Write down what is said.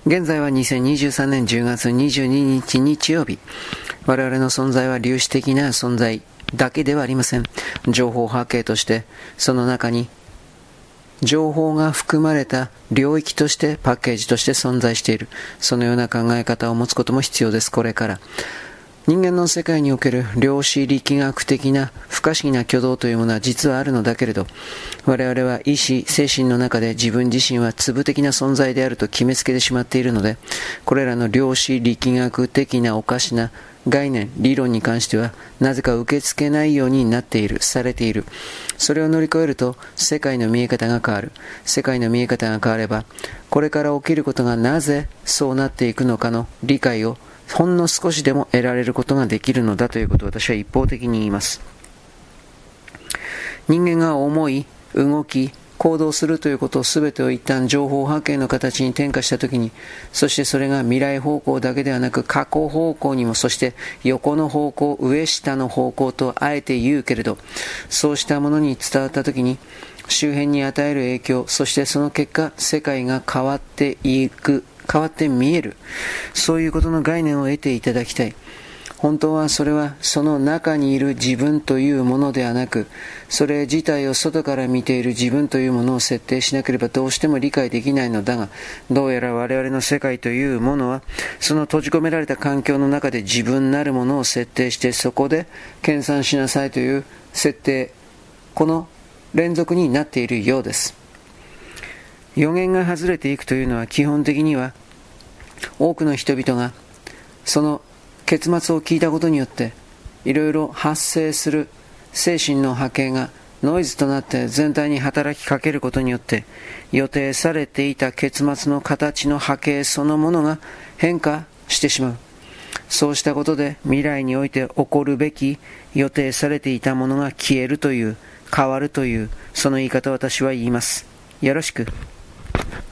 現在は2023年10月22日日曜日。我々の存在は粒子的な存在だけではありません。情報波形として、その中に情報が含まれた領域としてパッケージとして存在している。そのような考え方を持つことも必要です。これから人間の世界における量子力学的な不可思議な挙動というものは実はあるのだけれど、我々は意志、精神の中で自分自身は粒的な存在であると決めつけてしまっているので、これらの量子力学的なおかしな概念、理論に関してはなぜか受け付けないようになっている、されている。それを乗り越えると世界の見え方が変わる。世界の見え方が変われば、これから起きることがなぜそうなっていくのかの理解をほんの少しでも得られることができるのだということを私は一方的に言います。人間が思い、動き、行動するということを全てを一旦情報波形の形に転化したときに、そしてそれが未来方向だけではなく過去方向にも、そして横の方向、上下の方向とあえて言うけれど、そうしたものに伝わったときに周辺に与える影響、そしてその結果世界が変わっていく、変わって見える、そういうことの概念を得ていただきたい。本当はそれはその中にいる自分というものではなく、それ自体を外から見ている自分というものを設定しなければどうしても理解できないのだが、どうやら我々の世界というものはその閉じ込められた環境の中で自分なるものを設定して、そこで研鑽しなさいという設定、この連続になっているようです。予言が外れていくというのは基本的には多くの人々がその結末を聞いたことによっていろいろ発生する精神の波形がノイズとなって全体に働きかけることによって予定されていた結末の形の波形そのものが変化してしまう。そうしたことで未来において起こるべき予定されていたものが消えるという、変わるという、その言い方を私は言います。よろしく。